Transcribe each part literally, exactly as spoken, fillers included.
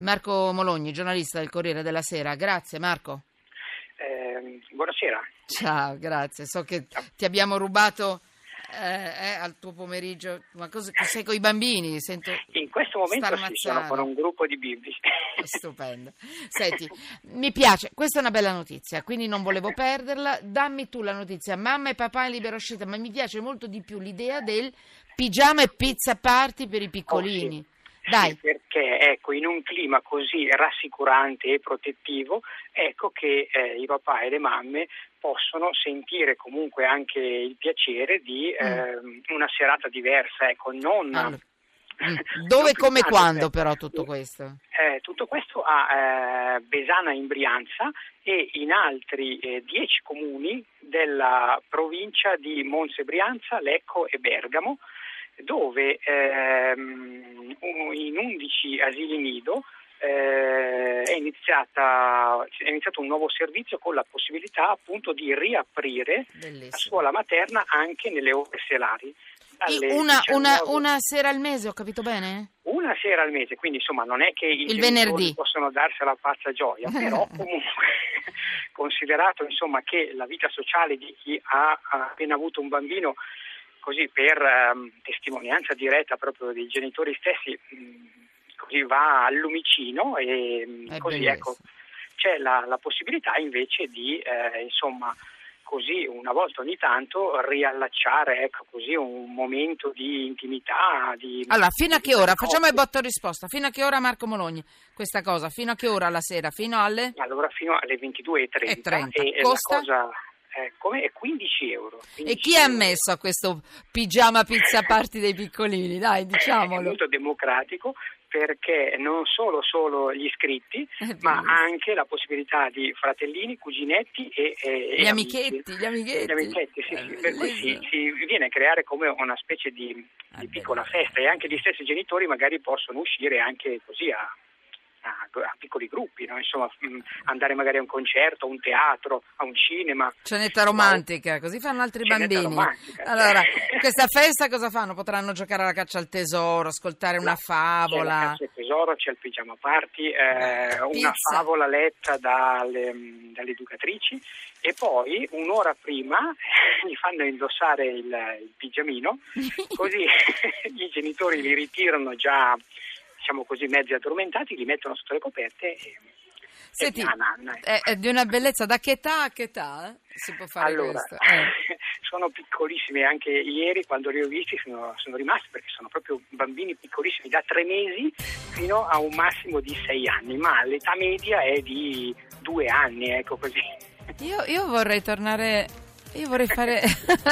Marco Mologni, giornalista del Corriere della Sera. Grazie Marco. Eh, buonasera. Ciao, grazie. So che ti abbiamo rubato eh, eh, al tuo pomeriggio. Ma cosa, sei con i bambini? Sento In questo momento sì, sono con un gruppo di bimbi. Stupendo. Senti, mi piace, questa è una bella notizia, quindi non volevo perderla. Dammi tu la notizia, mamma e papà in libera uscita, ma mi piace molto di più l'idea del pigiama e pizza party per i piccolini. Oh, sì. Dai. Sì, perché ecco, in un clima così rassicurante e protettivo, ecco che eh, i papà e le mamme possono sentire comunque anche il piacere di eh, mm. una serata diversa, ecco, non... Allora. Dove, come, quando però tutto questo? Eh, tutto questo a eh, Besana in Brianza e in altri eh, dieci comuni della provincia di Monza e Brianza, Lecco e Bergamo, dove ehm, in undici asili nido eh, è, iniziata, è iniziato un nuovo servizio con la possibilità appunto di riaprire Bellissimo. La scuola materna anche nelle ore serali. Una, una, una sera al mese, ho capito bene? Una sera al mese, quindi insomma non è che i il venerdì possono darsi la pazza gioia, però comunque considerato insomma che la vita sociale di chi ha, ha appena avuto un bambino, così per um, testimonianza diretta proprio dei genitori stessi, mh, così va al lumicino e mh, così bellissimo. Ecco c'è la, la possibilità invece di eh, insomma così una volta ogni tanto riallacciare ecco così un momento di intimità. Di, allora, fino di a che ora? Facciamo il botto risposta. Fino a che ora Marco Mologni? Questa cosa, fino a che ora la sera? Fino alle? Allora fino alle ventidue e trenta. E trenta. E costa? La cosa è, come, è quindici euro. quindici e chi ha euro. messo a questo pigiama pizza party dei piccolini? Dai, diciamolo. È molto democratico, perché non solo solo gli iscritti, ma anche la possibilità di fratellini, cuginetti e, e gli e amichetti, gli amichetti. Gli amichetti sì, sì. Per cui si, si viene a creare come una specie di, di piccola festa e anche gli stessi genitori magari possono uscire anche così a, a, a piccoli gruppi, no? Insomma mh, andare magari a un concerto, a un teatro, a un cinema. Cenetta romantica, così fanno altri Cenetta bambini. Romantica, allora, questa festa cosa fanno? Potranno giocare alla caccia al tesoro, ascoltare una favola. C'è la caccia al tesoro, c'è il pigiama party, eh, una favola letta dalle, dalle educatrici e poi un'ora prima gli fanno indossare il, il pigiamino, così i genitori li ritirano già, diciamo così, mezzi addormentati, li mettono sotto le coperte e... Senti, è, è di una bellezza. Da che età a che età eh? si può fare allora, questo? Eh. Sono piccolissimi, anche ieri quando li ho visti sono, sono rimasti, perché sono proprio bambini piccolissimi da tre mesi fino a un massimo di sei anni, ma l'età media è di due anni, ecco così. Io, io vorrei tornare... Io vorrei fare...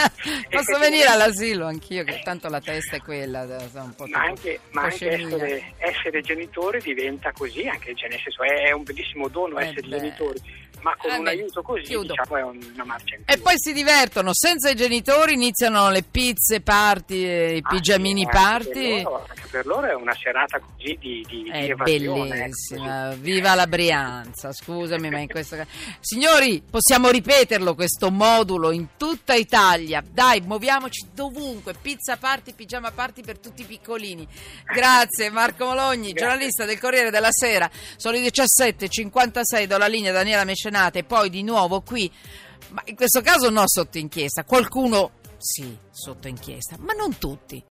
Posso venire all'asilo anch'io, che tanto la testa è quella. Un po' ma anche, ma anche essere, essere genitore diventa così, anche, cioè, nel senso è, è un bellissimo dono eh essere beh. genitori. Ma con eh un beh, aiuto così chiudo. Diciamo è una marcia in più. E poi si divertono, senza i genitori iniziano le pizze party, i ah, pigiamini sì, party. Anche per, loro, anche per loro è una serata così di, di, è di evasione. Bellissima, viva la Brianza, scusami ma in questo caso. Signori, possiamo ripeterlo questo modulo in tutta Italia, dai muoviamoci dovunque, pizza party, pigiama party per tutti i piccolini. Grazie Marco Mologni, Grazie. Giornalista del Corriere della Sera. Sono le diciassette e cinquantasei, do la linea a Daniela Mescenate e poi di nuovo qui, ma in questo caso no sotto inchiesta, qualcuno sì sotto inchiesta, ma non tutti.